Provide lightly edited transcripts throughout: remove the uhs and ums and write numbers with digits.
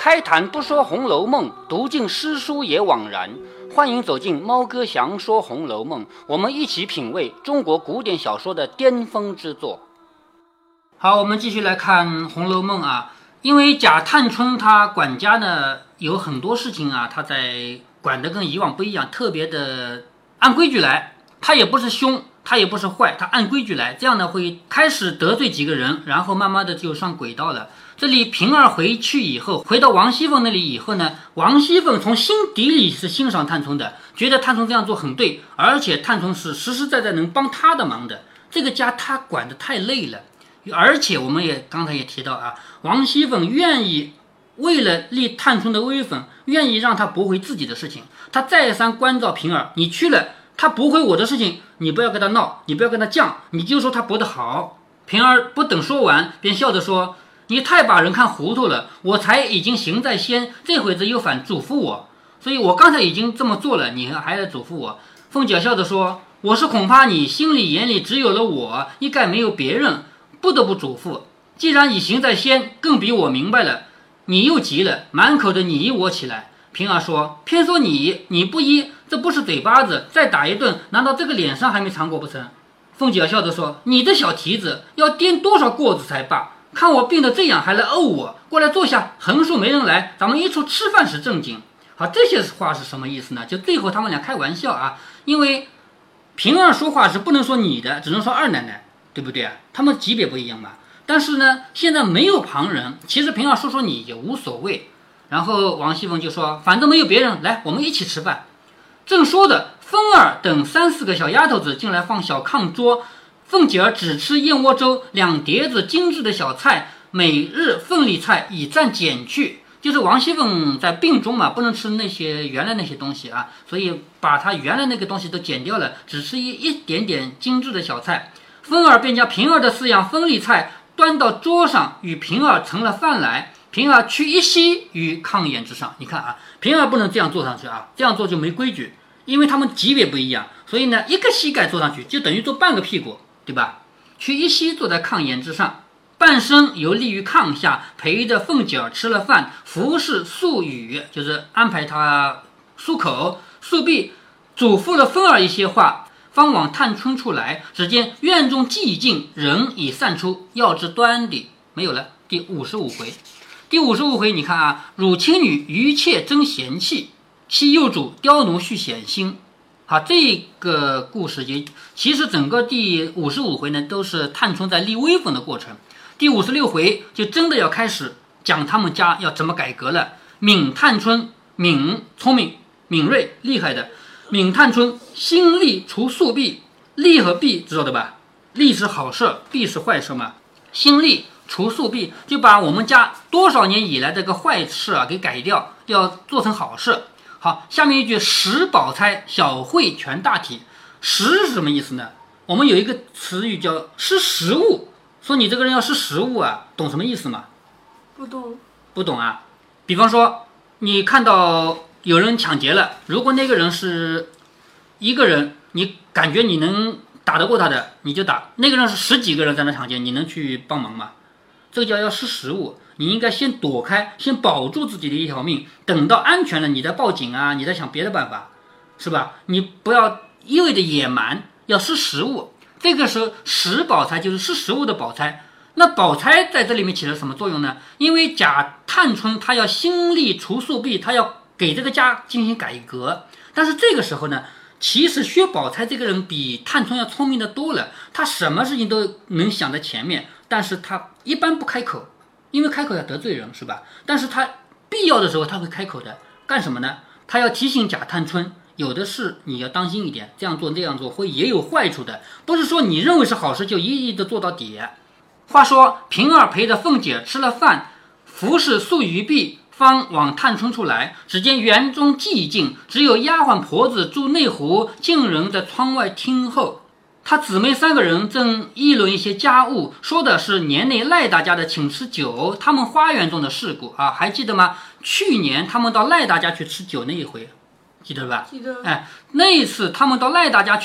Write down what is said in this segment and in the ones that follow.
开坛不说《红楼梦》，读尽诗书也枉然。欢迎走进猫哥祥说《红楼梦》，我们一起品味中国古典小说的巅峰之作。好，我们继续来看《红楼梦》啊。因为贾探春她管家呢有很多事情啊，她在管得跟以往不一样，特别的按规矩来。她也不是凶，她也不是坏，她按规矩来，这样呢会开始得罪几个人，然后慢慢的就上轨道了。这里平儿回去以后，回到王熙凤那里以后呢，王熙凤从心底里是欣赏探春的，觉得探春这样做很对，而且探春是实实在在能帮她的忙的。这个家她管得太累了，而且我们也刚才也提到啊，王熙凤愿意为了立探春的威风，愿意让她驳回自己的事情。她再三关照平儿，你去了，她驳回我的事情，你不要跟她闹，你不要跟她犟，你就说她驳得好。平儿不等说完，便笑着说，你太把人看糊涂了，我才已经行在先，这会子又反嘱咐我，所以我刚才已经这么做了，你还来嘱咐我。凤姐笑着说，我是恐怕你心里眼里只有了我，一概没有别人，不得不嘱咐。既然已行在先，更比我明白了，你又急了，满口的你我起来。平儿说，偏说你不依，这不是嘴巴子，再打一顿，难道这个脸上还没尝过不成？凤姐笑着说，你这小蹄子要颠多少过子才罢，看我病得这样还来怄我，过来坐下，横竖没人来，咱们一处吃饭是正经。好，这些话是什么意思呢？就最后他们俩开玩笑啊，因为平儿说话是不能说你的，只能说二奶奶，对不对啊？他们级别不一样嘛。但是呢，现在没有旁人，其实平儿说你也无所谓。然后王熙凤就说，反正没有别人，来，我们一起吃饭。正说的，凤儿等3、4个小丫头子进来放小炕桌，凤姐儿只吃燕窝粥，2碟子精致的小菜，每日份例菜以暂减去。就是王熙凤在病中嘛，不能吃那些原来那些东西啊，所以把她原来那个东西都减掉了，只吃一点点精致的小菜。凤儿便将平儿的4样分例菜端到桌上，与平儿盛了饭来。平儿屈一膝于炕沿之上。你看啊，平儿不能这样坐上去啊，这样做就没规矩，因为他们级别不一样，所以呢，一个膝盖坐上去就等于坐半个屁股，对吧？屈一膝坐在炕沿之上，半身游立于炕下，陪着凤姐儿吃了饭，服侍漱语，就是安排她漱口漱壁，嘱咐了凤儿一些话，方往探春处来。只见院中寂静，人已散出，要知端底没有了。第55回。第55回你看啊，辱卿女，余妾争嫌弃，妻幼主，刁奴续险心。好，这个故事其实整个第55回呢，都是探春在立威风的过程。第56回就真的要开始讲他们家要怎么改革了。闵探春，闵聪明敏锐厉害的，闵探春心力除宿弊，利和弊知道的吧？利是好事，弊是坏事嘛。心力除宿弊，就把我们家多少年以来这个坏事啊给改掉，要做成好事。好，下面一句，识宝钗，小慧全大体。识是什么意思呢？我们有一个词语叫识时务，说你这个人要识时务啊，懂什么意思吗？不懂啊。比方说你看到有人抢劫了，如果那个人是一个人，你感觉你能打得过他的，你就打。那个人是10几个人在那抢劫，你能去帮忙吗？这个叫要识时务，你应该先躲开，先保住自己的一条命，等到安全了你再报警啊，你再想别的办法，是吧？你不要一味的野蛮，要识时务。这个时候识宝钗就是识时务的宝钗。那宝钗在这里面起了什么作用呢？因为贾探春她要心力除宿弊，她要给这个家进行改革。但是这个时候呢，其实薛宝钗这个人比探春要聪明的多了，她什么事情都能想在前面，但是她一般不开口，因为开口要得罪人，是吧？但是她必要的时候她会开口的，干什么呢？她要提醒贾探春，有的事你要当心一点，这样做那样做会也有坏处的，不是说你认为是好事就一一的做到底。话说平儿陪着凤姐吃了饭，服侍漱鱼毕，方往探春处来。只见园中寂静，只有丫鬟婆子住内湖，近人在窗外听候。他姊妹3个人正议论一些家务，说的是年内赖大家的请吃酒，他们花园中的事故啊，还记得吗？去年他们到赖大家去吃酒那一回，记得吧？ 记得。 那一次他们到赖大家去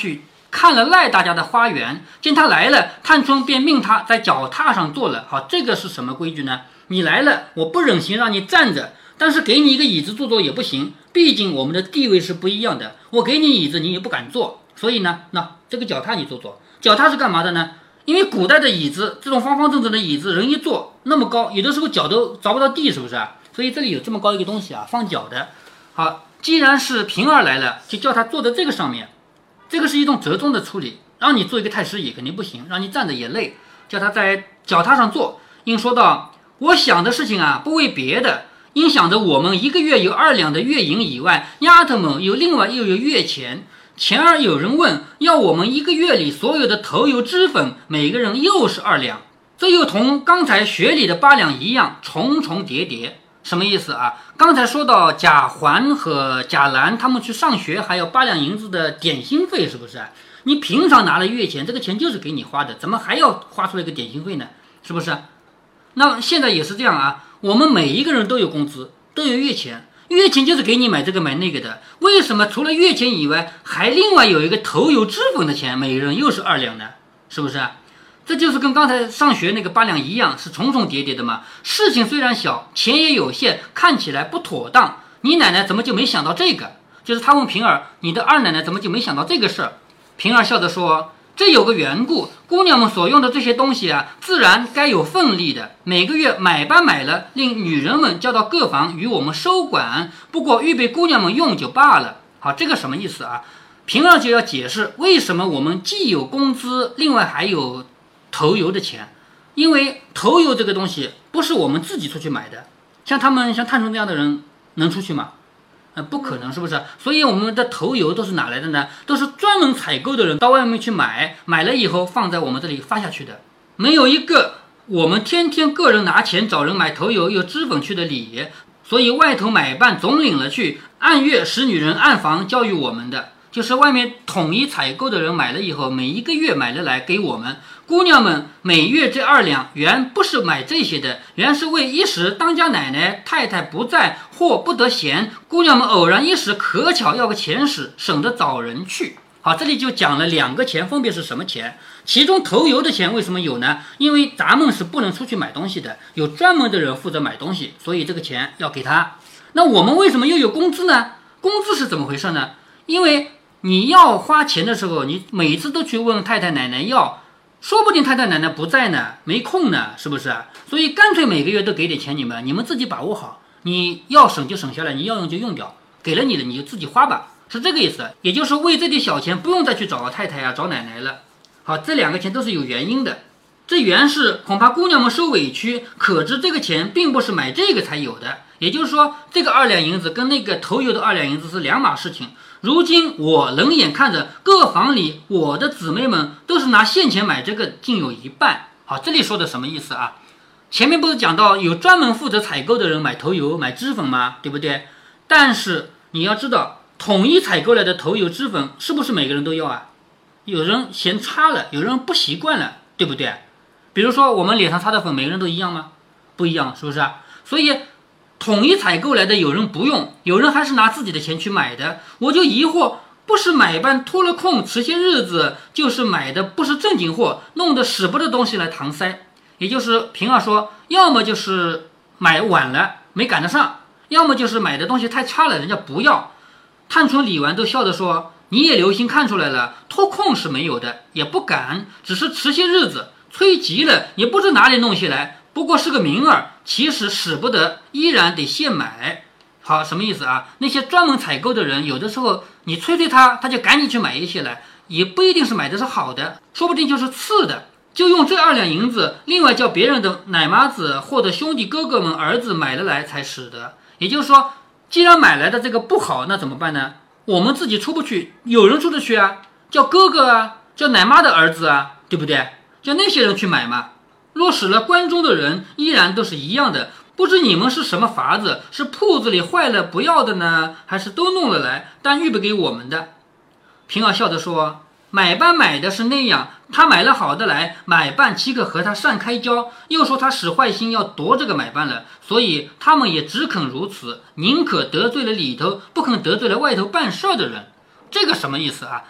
看了赖大家的花园，见他来了，探春便命他在脚踏上坐了。好，这个是什么规矩呢？你来了，我不忍心让你站着，但是给你一个椅子坐坐也不行，毕竟我们的地位是不一样的。我给你椅子，你也不敢坐，所以呢，那这个脚踏你坐坐。脚踏是干嘛的呢？因为古代的椅子，这种方方正正的椅子，人一坐那么高，有的时候脚都着不到地，是不是啊？所以这里有这么高一个东西啊，放脚的。好，既然是平儿来了，就叫他坐在这个上面。这个是一种折中的处理，让你做一个太师椅肯定不行，让你站着也累，叫他在脚踏上坐。应说道：我想的事情啊，不为别的，因想着我们一个月有2两的月银以外，丫头们又另外又有月钱。前儿有人问，要我们一个月里所有的头油脂粉，每个人又是2两，这又同刚才学里的8两一样，重重叠叠。什么意思啊？刚才说到贾环和贾兰他们去上学还有8两银子的点心费，是不是？你平常拿了月钱，这个钱就是给你花的，怎么还要花出来一个点心费呢？是不是？那现在也是这样啊，我们每一个人都有工资，都有月钱，月钱就是给你买这个买那个的。为什么除了月钱以外，还另外有一个头油脂粉的钱，每人又是2两呢？是不是？这就是跟刚才上学那个8两一样，是重重叠叠的嘛。事情虽然小，钱也有限，看起来不妥当。你奶奶怎么就没想到这个？就是他问平儿，你的二奶奶怎么就没想到这个事儿？平儿笑着说，这有个缘故，姑娘们所用的这些东西啊，自然该有份例的。每个月买办买了，令女人们交到各房与我们收管，不过预备姑娘们用就罢了。好，这个什么意思啊？平儿就要解释为什么我们既有工资，另外还有头油的钱。因为头油这个东西不是我们自己出去买的，像探春这样的人能出去吗？不可能，是不是？所以我们的头油都是哪来的呢？都是专门采购的人到外面去买了以后放在我们这里发下去的。没有一个我们天天个人拿钱找人买头油又脂粉去的理，所以外头买办总领了去，按月使女人按房教育我们的，就是外面统一采购的人买了以后，每一个月买了来给我们姑娘们。每月这2两原不是买这些的，原是为一时当家奶奶太太不在或不得闲，姑娘们偶然一时可巧要个钱使，省得找人去。好，这里就讲了2个钱，分别是什么钱？其中头油的钱为什么有呢？因为咱们是不能出去买东西的，有专门的人负责买东西，所以这个钱要给他。那我们为什么又有工资呢？工资是怎么回事呢？因为你要花钱的时候，你每次都去问太太奶奶要，说不定太太奶奶不在呢，没空呢，是不是？所以干脆每个月都给点钱，你们自己把握好，你要省就省下来，你要用就用掉，给了你了你就自己花吧，是这个意思。也就是为这点小钱不用再去找太太啊找奶奶了。好，这2个钱都是有原因的。这原是恐怕姑娘们受委屈，可知这个钱并不是买这个才有的。也就是说，这个2两银子跟那个头油的2两银子是2码事情。如今我冷眼看着各房里我的姊妹们都是拿现钱买这个，竟有1半。好，这里说的什么意思啊？前面不是讲到有专门负责采购的人买头油买脂粉吗？对不对？但是你要知道，统一采购来的头油脂粉是不是每个人都要啊？有人嫌差了，有人不习惯了，对不对？比如说我们脸上擦的粉每个人都一样吗？不一样，是不是啊？所以统一采购来的有人不用，有人还是拿自己的钱去买的。我就疑惑，不是买办拖了空迟些日子，就是买的不是正经货，弄得使不得东西来搪塞。也就是平儿说，要么就是买晚了没赶得上，要么就是买的东西太差了人家不要。探春理完都笑着说，你也留心看出来了，拖空是没有的，也不敢，只是迟些日子，催急了也不知哪里弄些来，不过是个名儿，其实使不得，依然得现买。好，什么意思啊？那些专门采购的人，有的时候你催他，他就赶紧去买一些来，也不一定是买的是好的，说不定就是次的，就用这2两银子，另外叫别人的奶妈子或者兄弟哥哥们儿子买了来才使得。也就是说，既然买来的这个不好，那怎么办呢？我们自己出不去，有人出得去啊，叫哥哥啊，叫奶妈的儿子啊，对不对？叫那些人去买嘛。若使了关中的人，依然都是一样的。不知你们是什么法子？是铺子里坏了不要的呢，还是都弄了来，但预备给我们的？平儿笑着说，买办买的是那样，他买了好的来，买办岂可和他善开交？又说他使坏心要夺这个买办了，所以他们也只肯如此，宁可得罪了里头，不肯得罪了外头办事的人。这个什么意思啊？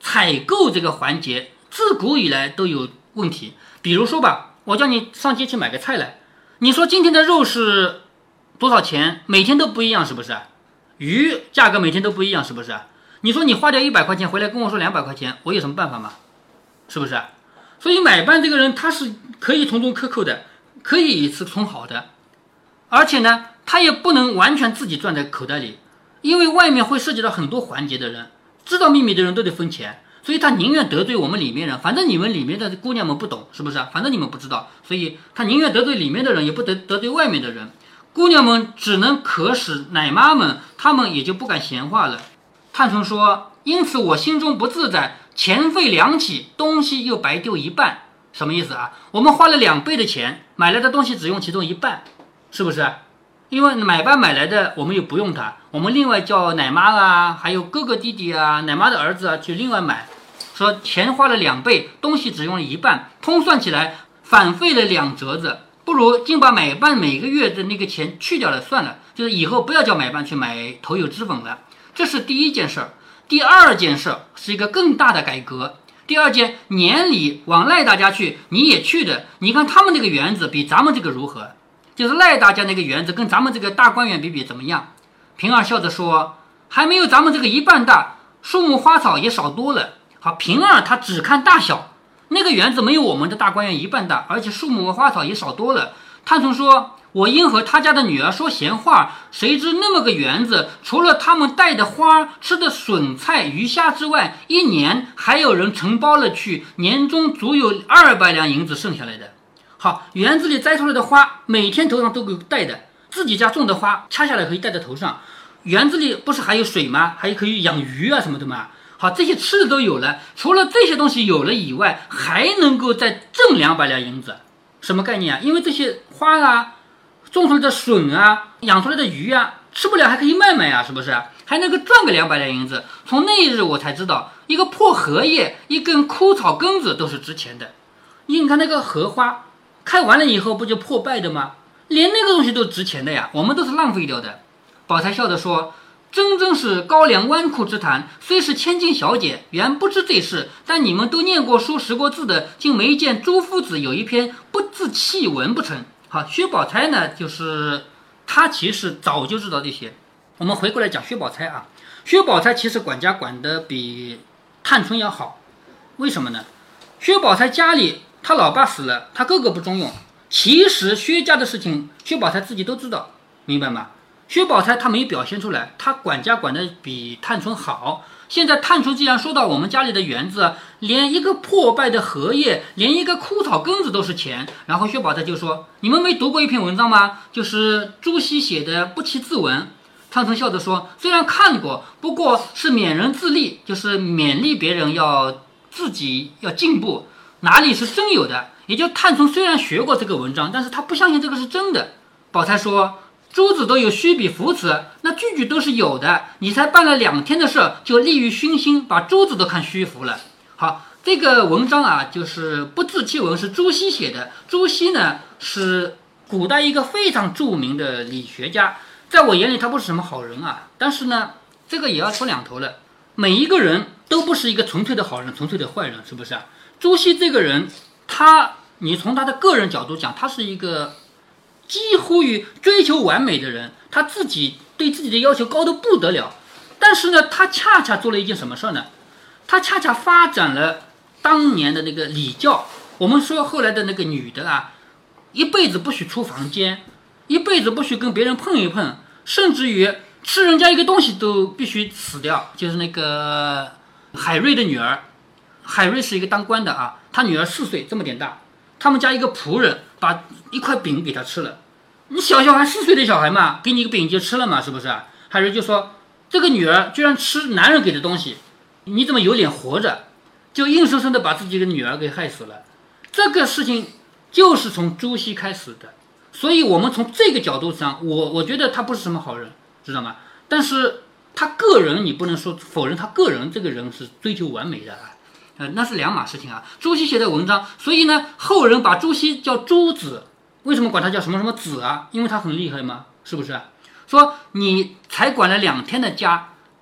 采购这个环节自古以来都有问题。比如说吧，我叫你上街去买个菜来，你说今天的肉是多少钱，每天都不一样，是不是？鱼价格每天都不一样，是不是？你说你花掉100块钱回来跟我说200块钱，我有什么办法吗？是不是？所以买办这个人他是可以从中克扣的，可以是从好的，而且呢，他也不能完全自己攥在口袋里，因为外面会涉及到很多环节的人，知道秘密的人都得分钱，所以他宁愿得罪我们里面人，反正你们里面的姑娘们不懂，是不是？反正你们不知道，所以他宁愿得罪里面的人，也不得罪外面的人。姑娘们只能可使奶妈们，她们也就不敢闲话了。探春说：“因此我心中不自在，钱费两起，东西又白丢一半。”什么意思啊？我们花了2倍的钱买来的东西只用其中一半，是不是？因为买办买来的我们又不用它，我们另外叫奶妈啊，还有哥哥弟弟啊，奶妈的儿子啊去另外买。说钱花了2倍，东西只用了一半，通算起来反费了2折子。不如竟把买办每个月的那个钱去掉了算了，就是以后不要叫买办去买头油脂粉了。这是第一件事儿。第二件事是一个更大的改革。第二件，年里往赖大家去，你也去的，你看他们那个园子比咱们这个如何？就是赖大家那个园子跟咱们这个大观园比怎么样？平儿笑着说：“还没有咱们这个一半大，树木花草也少多了。”好，平儿她只看大小。那个园子没有我们的大观园一半大，而且树木和花草也少多了。探春说：“我因和他家的女儿说闲话，谁知那么个园子，除了他们带的花、吃的笋菜、鱼虾之外，一年还有人承包了去，年中足有200两银子剩下来的。好，园子里栽出来的花，每天头上都有戴的，自己家种的花，掐下来可以戴在头上。园子里不是还有水吗？还可以养鱼啊什么的吗？好，这些吃的都有了，除了这些东西有了以外，还能够再挣200两银子，什么概念啊？因为这些花啊，种出来的笋啊，养出来的鱼啊，吃不了还可以卖卖啊，是不是？还能够赚个200两银子。从那一日我才知道，一个破荷叶，一根枯草根子都是值钱的。你看那个荷花，开完了以后不就破败的吗？连那个东西都值钱的呀，我们都是浪费掉的。宝钗笑着说：“真是高粱纨绔之谈，虽是千金小姐，原不知这事。但你们都念过书、识过字的，竟没见朱夫子有一篇不自弃文不成？”好，薛宝钗呢，就是她其实早就知道这些。我们回过来讲薛宝钗啊，薛宝钗其实管家管得比探春要好，为什么呢？薛宝钗家里，她老爸死了，她哥哥不中用。其实薛家的事情，薛宝钗自己都知道，明白吗？薛宝钗她没表现出来，她管家管得比探春好。现在探春既然说到我们家里的园子，连一个破败的荷叶，连一个枯草根子都是钱，然后薛宝钗就说：“你们没读过一篇文章吗？就是朱熹写的不齐字文。”探春笑着说：“虽然看过，不过是勉人自励，就是勉励别人要自己要进步，哪里是真有的？”也就探春虽然学过这个文章，但是她不相信这个是真的。宝钗说：“诸子都有虚笔扶持，那句句都是有的。你才办了2天的事，就利于熏心，把诸子都看虚浮了。”好，这个文章啊，就是不自弃文，是朱熹写的。朱熹呢，是古代一个非常著名的理学家，在我眼里他不是什么好人啊。但是呢，这个也要说两头了，每一个人都不是一个纯粹的好人，纯粹的坏人，是不是啊？朱熹这个人，你从他的个人角度讲，他是一个几乎于追求完美的人，他自己对自己的要求高得不得了。但是呢，他恰恰做了一件什么事呢？他恰恰发展了当年的那个礼教。我们说后来的那个女的啊，一辈子不许出房间，一辈子不许跟别人碰一碰，甚至于吃人家一个东西都必须死掉。就是那个海瑞的女儿，海瑞是一个当官的啊，他女儿4岁这么点大，他们家一个仆人把一块饼给他吃了。你小孩4岁的小孩嘛，给你一个饼就吃了嘛，是不是？海瑞就说，这个女儿居然吃男人给的东西，你怎么有脸活着？就硬生生的把自己的女儿给害死了。这个事情就是从朱熹开始的，所以我们从这个角度上，我觉得他不是什么好人，知道吗？但是他个人你不能说否认他个人这个人是追求完美的啊，那是两码事情啊。朱熹写的文章，所以呢，后人把朱熹叫朱子，为什么管他叫什么什么子啊？因为他很厉害吗？是不是？说你才管了2天的家，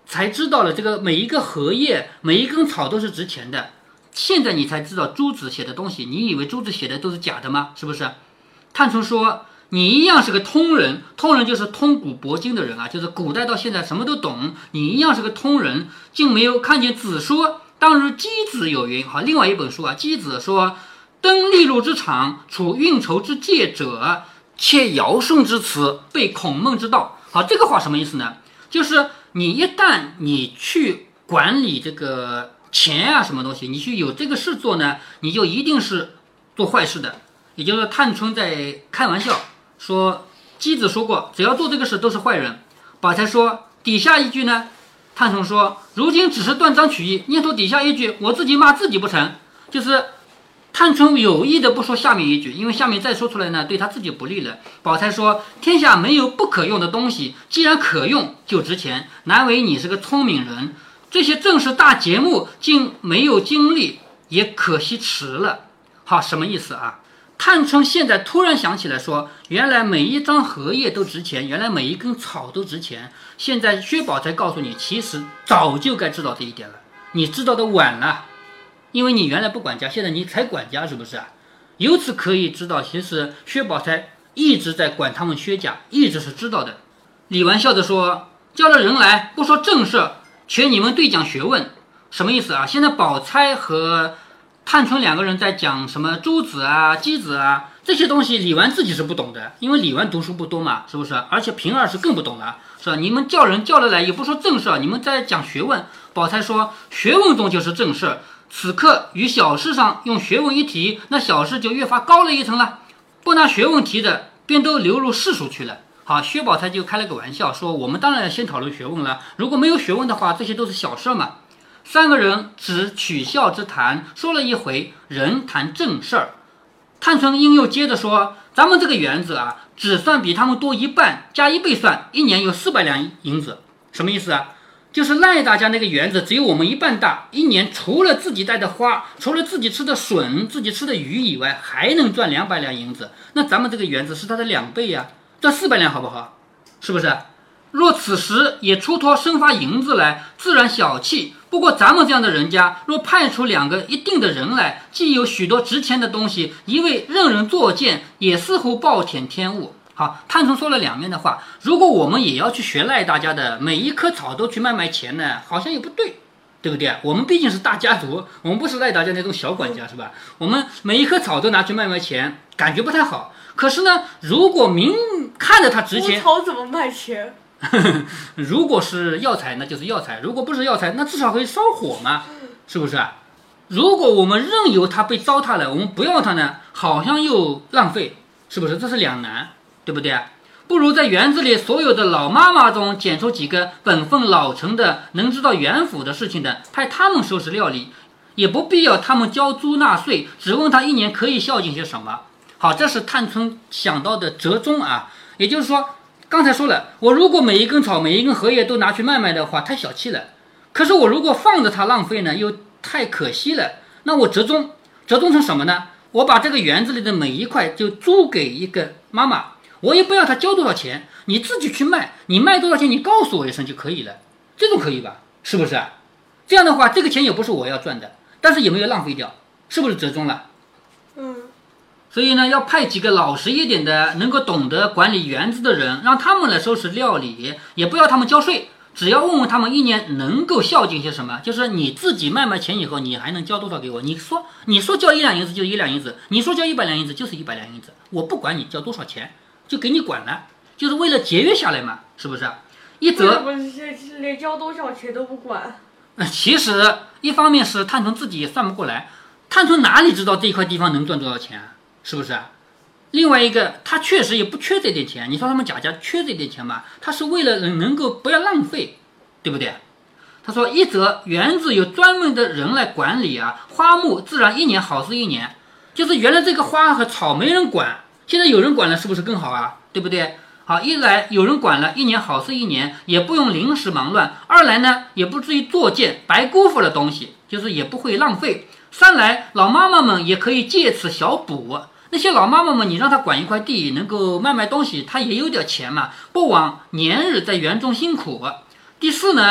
才知道了这个每一个荷叶、每一根草都是值钱的。现在你才知道朱子写的东西，你以为朱子写的都是假的吗？是不是？探春说，你一样是个通人，通人就是通古博今的人啊，就是古代到现在什么都懂，你一样是个通人，竟没有看见子说当日箕子有云。好，另外一本书啊，箕子说，登利禄之场，处运筹之界者，窃尧舜之词，背孔孟之道。好，这个话什么意思呢？就是你一旦你去管理这个钱啊什么东西，你去有这个事做呢，你就一定是做坏事的。也就是说，探春在开玩笑说，箕子说过，只要做这个事都是坏人。宝钗说底下一句呢，探春说，如今只是断章取义，念出底下一句，我自己骂自己不成？就是探春有意的不说下面一句，因为下面再说出来呢，对他自己不利了。宝钗说，天下没有不可用的东西，既然可用就值钱，难为你是个聪明人，这些正是大节目，竟没有经历，也可惜迟了。好，什么意思啊？探春现在突然想起来说，原来每一张荷叶都值钱，原来每一根草都值钱。现在薛宝钗告诉你，其实早就该知道这一点了，你知道的晚了，因为你原来不管家，现在你才管家，是不是？由此可以知道，其实薛宝钗一直在管他们薛家，一直是知道的。李纨笑着说，叫了人来，不说正事，却你们对讲学问，什么意思啊？现在宝钗和探春两个人在讲什么朱子啊、箕子啊这些东西，李纨自己是不懂的，因为李纨读书不多嘛，是不是？而且平儿是更不懂了，是吧？你们叫人叫了来，也不说正事，你们在讲学问。宝钗说，学问中就是正事，此刻与小事上用学问一提，那小事就越发高了一层了，不拿学问提的，便都流入世俗去了。好，薛宝钗就开了个玩笑，说我们当然要先讨论学问了，如果没有学问的话，这些都是小事嘛。三个人只取笑之谈，说了一回，人谈正事儿。探春因又接着说，咱们这个园子啊，只算比他们多一半，加1倍算，一年有400两银子。什么意思啊？就是赖大家那个园子只有我们一半大，一年除了自己带的花，除了自己吃的笋、自己吃的鱼以外，还能赚200两银子。那咱们这个园子是他的2倍呀，赚400两好不好？是不是？若此时也出脱生发银子来，自然小气。不过咱们这样的人家，若派出2个一定的人来，既有许多值钱的东西，一位任人作践，也似乎暴殄天物。好，探春说了两面的话，如果我们也要去学赖大家的，每一棵草都去卖钱呢，好像也不对，对不对？我们毕竟是大家族，我们不是赖大家那种小管家，是吧？我们每一棵草都拿去卖钱，感觉不太好。可是呢，如果明看着它值钱， 草怎么卖钱？ 如果是药材，那就是药材；如果不是药材，那至少可以烧火嘛，是不是？如果我们任由它被糟蹋了，我们不要它呢，好像又浪费，是不是？这是两难，对不对？不如在园子里所有的老妈妈中拣出几个本分老成的，能知道园府的事情的，派他们收拾料理，也不必要他们交租纳税，只问他一年可以孝敬些什么。好，这是探春想到的折中啊，也就是说，刚才说了，我如果每一根草、每一根荷叶都拿去卖的话，太小气了。可是我如果放着它浪费呢，又太可惜了。那我折中成什么呢？我把这个园子里的每一块就租给一个妈妈，我也不要她交多少钱，你自己去卖，你卖多少钱你告诉我一声就可以了，这种可以吧？是不是？这样的话，这个钱也不是我要赚的，但是也没有浪费掉，是不是折中了？所以呢，要派几个老实一点的，能够懂得管理园子的人，让他们来收拾料理，也不要他们交税，只要问问他们一年能够孝敬些什么，就是你自己卖钱以后，你还能交多少给我？你说交1两银子就1两银子，你说交100两银子就是100两银子，我不管你交多少钱，就给你管了，就是为了节约下来嘛，是不是？一则不是连交多少钱都不管。 其实一方面是探春自己也算不过来，探春哪里知道这一块地方能赚多少钱啊？是不是？另外一个，他确实也不缺这点钱。你说他们贾家缺这点钱吗？他是为了能够不要浪费，对不对？他说，一则园子有专门的人来管理啊，花木自然一年好似一年。就是原来这个花和草没人管，现在有人管了，是不是更好啊？对不对？好，一来有人管了，一年好似一年，也不用临时忙乱；二来呢，也不至于作践白辜负了东西，就是也不会浪费；三来，老妈妈们也可以借此小补。那些老妈妈们，你让她管一块地，能够卖东西，她也有点钱嘛，不枉年日在园中辛苦。第四呢，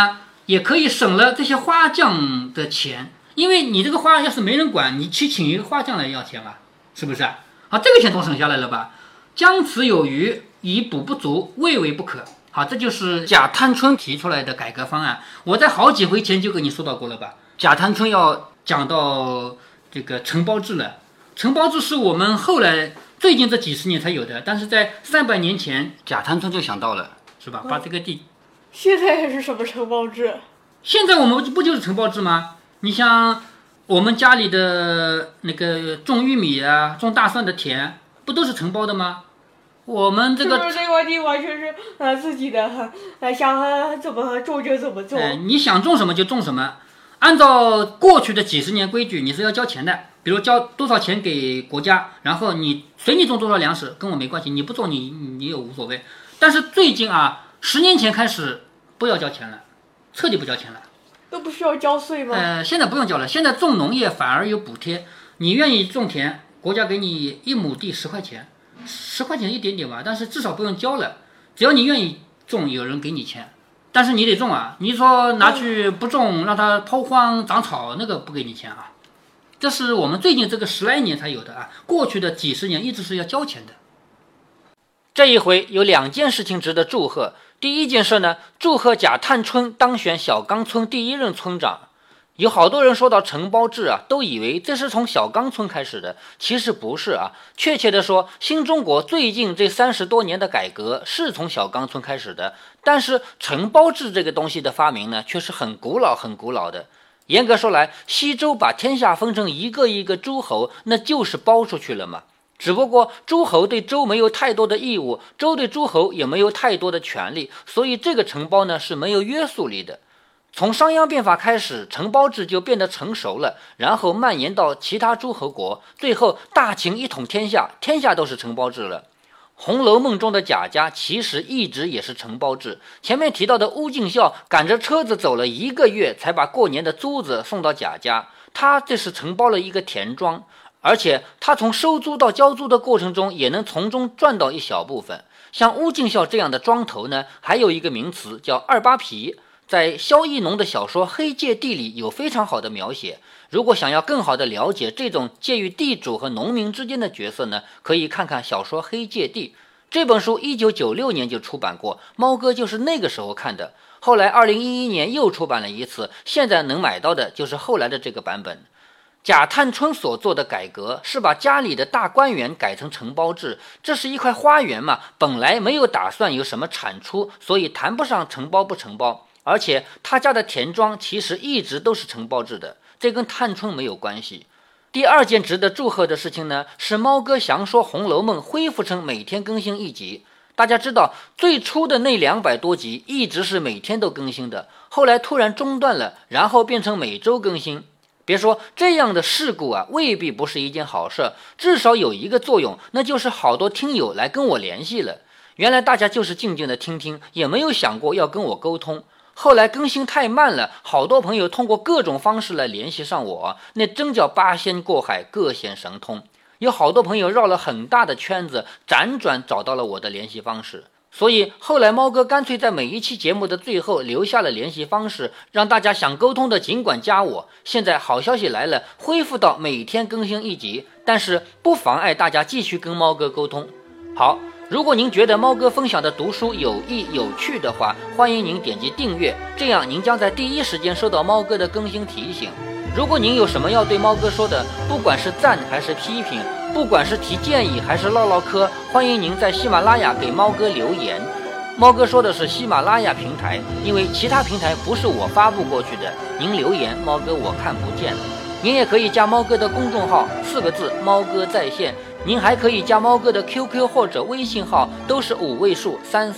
也可以省了这些花匠的钱，因为你这个花要是没人管，你去请一个花匠来要钱吧，是不是？好，这个钱都省下来了吧？将此有余，以补不足，未为不可。好，这就是贾探春提出来的改革方案。我在好几回前就跟你说到过了吧？贾探春要讲到这个承包制了。承包制是我们后来最近这几十年才有的，但是在300年前，贾探春就想到了，是吧？把这个地， 现在还是什么承包制？ 现在我们不就是承包制吗？你像我们家里的那个种玉米啊、种大蒜的田，不都是承包的吗？我们这个就是这块地完全是自己的，想怎么种就怎么种。 你想种什么就种什么，按照过去的几十年规矩，你是要交钱的。比如交多少钱给国家，然后你随你种多少粮食跟我没关系，你不种你也无所谓。但是最近10年前开始不要交钱了，彻底不交钱了。 都不需要交税吗？ 现在不用交了，现在种农业反而有补贴。你愿意种田，国家给你1亩地10块钱，10块钱一点点吧，但是至少不用交了。只要你愿意种，有人给你钱，但是你得种啊。你说拿去不种，让它抛荒长草，那个不给你钱啊。这是我们最近这个10来年才有的啊，过去的几十年一直是要交钱的。这一回有2件事情值得祝贺。第一件事呢，祝贺贾探春当选小岗村第1任村长。有好多人说到承包制都以为这是从小岗村开始的，其实不是啊。确切的说，新中国最近这30多年的改革是从小岗村开始的，但是承包制这个东西的发明呢，却是很古老的。严格说来，西周把天下分成一个一个诸侯，那就是包出去了嘛。只不过诸侯对周没有太多的义务，周对诸侯也没有太多的权利，所以这个承包呢是没有约束力的。从商鞅变法开始，承包制就变得成熟了，然后蔓延到其他诸侯国，最后大秦一统天下，天下都是承包制了。《红楼梦》中的贾家其实一直也是承包制。前面提到的乌敬孝赶着车子走了1个月，才把过年的租子送到贾家，他这是承包了一个田庄，而且他从收租到交租的过程中，也能从中赚到一小部分。像乌敬孝这样的庄头呢，还有一个名词叫二八皮，在萧逸农的小说《黑芥地》里有非常好的描写。如果想要更好的了解这种介于地主和农民之间的角色呢，可以看看小说《黑芥地》这本书，1996年就出版过，猫哥就是那个时候看的。后来2011年又出版了一次，现在能买到的就是后来的这个版本。贾探春所做的改革是把家里的大观园改成承包制，这是一块花园嘛，本来没有打算有什么产出，所以谈不上承包不承包。而且他家的田庄其实一直都是承包制的，这跟探春没有关系。第2件值得祝贺的事情呢，是猫哥详说《红楼梦》恢复成每天更新1集。大家知道，最初的那200多集一直是每天都更新的，后来突然中断了，然后变成每周更新。别说这样的事故未必不是一件好事，至少有一个作用，那就是好多听友来跟我联系了。原来大家就是静静的听听，也没有想过要跟我沟通。后来更新太慢了，好多朋友通过各种方式来联系上我，那真叫八仙过海，各显神通。有好多朋友绕了很大的圈子，辗转找到了我的联系方式。所以后来猫哥干脆在每一期节目的最后留下了联系方式，让大家想沟通的尽管加我。现在好消息来了，恢复到每天更新1集，但是不妨碍大家继续跟猫哥沟通。好，如果您觉得猫哥分享的读书有益有趣的话，欢迎您点击订阅，这样您将在第一时间收到猫哥的更新提醒。如果您有什么要对猫哥说的，不管是赞还是批评，不管是提建议还是唠唠嗑，欢迎您在喜马拉雅给猫哥留言。猫哥说的是喜马拉雅平台，因为其他平台不是我发布过去的，您留言猫哥我看不见。您也可以加猫哥的公众号，4个字猫哥在线。您还可以加猫哥的 QQ 或者微信号，都是5位数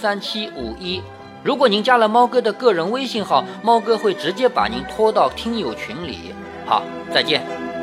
33751。如果您加了猫哥的个人微信号，猫哥会直接把您拖到听友群里。好，再见。